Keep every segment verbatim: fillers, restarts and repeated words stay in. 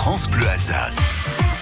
France Bleu Alsace.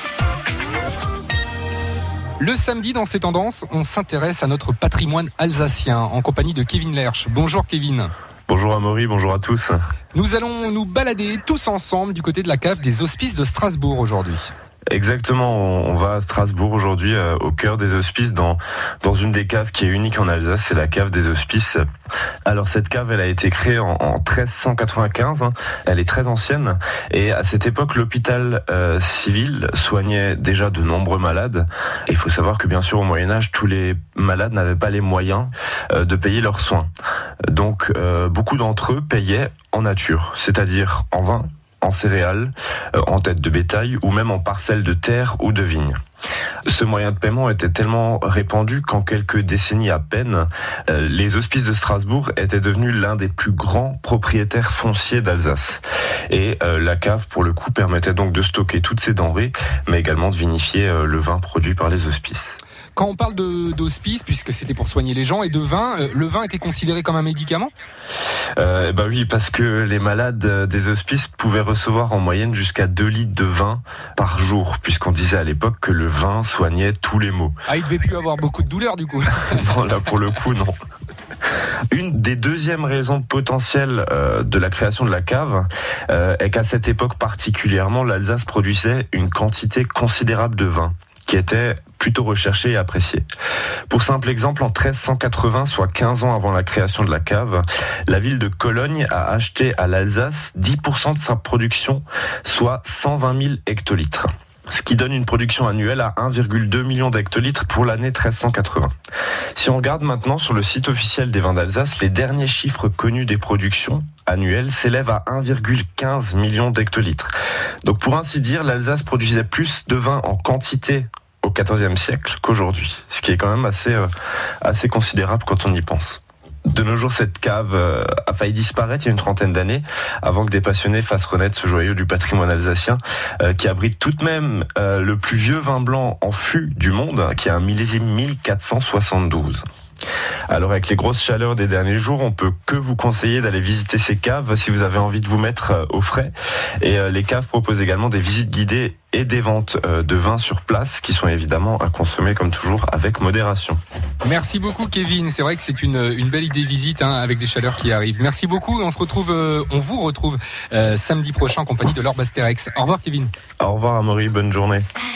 Le samedi, dans ces tendances, on s'intéresse à notre patrimoine alsacien en compagnie de Kevin Lerche. Bonjour Kevin. Bonjour Amaury, bonjour à tous. Nous allons nous balader tous ensemble du côté de la cave des Hospices de Strasbourg aujourd'hui. Exactement, on va à Strasbourg aujourd'hui, euh, au cœur des Hospices, dans dans une des caves qui est unique en Alsace, c'est la cave des Hospices. Alors cette cave, elle a été créée en, en treize cent quatre-vingt-quinze, hein. Elle est très ancienne, et à cette époque, l'hôpital euh, civil soignait déjà de nombreux malades. Et il faut savoir que bien sûr, au Moyen-Âge, tous les malades n'avaient pas les moyens euh, de payer leurs soins. Donc euh, beaucoup d'entre eux payaient en nature, c'est-à-dire en vin, en céréales, euh, en tête de bétail ou même en parcelles de terre ou de vignes. Ce moyen de paiement était tellement répandu qu'en quelques décennies à peine, euh, les Hospices de Strasbourg étaient devenus l'un des plus grands propriétaires fonciers d'Alsace. Et euh, la cave, pour le coup, permettait donc de stocker toutes ces denrées, mais également de vinifier euh, le vin produit par les hospices. Quand on parle de, d'hospice, puisque c'était pour soigner les gens, et de vin, euh, le vin était considéré comme un médicament ? euh, Bah oui, parce que les malades des hospices pouvaient recevoir en moyenne jusqu'à deux litres de vin par jour, puisqu'on disait à l'époque que le vin soignait tous les maux. Ah, il devait plus avoir beaucoup de douleur du coup. Non, là pour le coup, non. Une des deuxièmes raisons potentielles euh, de la création de la cave euh, est qu'à cette époque particulièrement, l'Alsace produisait une quantité considérable de vin, qui était plutôt recherché et apprécié. Pour simple exemple, en treize cent quatre-vingts, soit quinze ans avant la création de la cave, la ville de Cologne a acheté à l'Alsace dix pour cent de sa production, soit cent vingt mille hectolitres. Ce qui donne une production annuelle à un virgule deux million d'hectolitres pour l'année treize cent quatre-vingts. Si on regarde maintenant sur le site officiel des vins d'Alsace, les derniers chiffres connus des productions annuelles s'élèvent à un virgule quinze million d'hectolitres. Donc pour ainsi dire, l'Alsace produisait plus de vin en quantité au quatorzième siècle qu'aujourd'hui, ce qui est quand même assez, euh, assez considérable quand on y pense. De nos jours, cette cave euh, a failli disparaître il y a une trentaine d'années, avant que des passionnés fassent renaître ce joyau du patrimoine alsacien, euh, qui abrite tout de même euh, le plus vieux vin blanc en fût du monde, qui a un millésime mille quatre cent soixante-douze. Alors avec les grosses chaleurs des derniers jours, on peut que vous conseiller d'aller visiter ces caves si vous avez envie de vous mettre au frais. Et les caves proposent également des visites guidées et des ventes de vins sur place qui sont évidemment à consommer comme toujours avec modération. Merci beaucoup Kevin, c'est vrai que c'est une, une belle idée visite hein, avec des chaleurs qui arrivent. Merci beaucoup et on se retrouve, euh, on vous retrouve euh, samedi prochain en compagnie de Laure Basterex. Au revoir Kevin. Au revoir Amaury, bonne journée.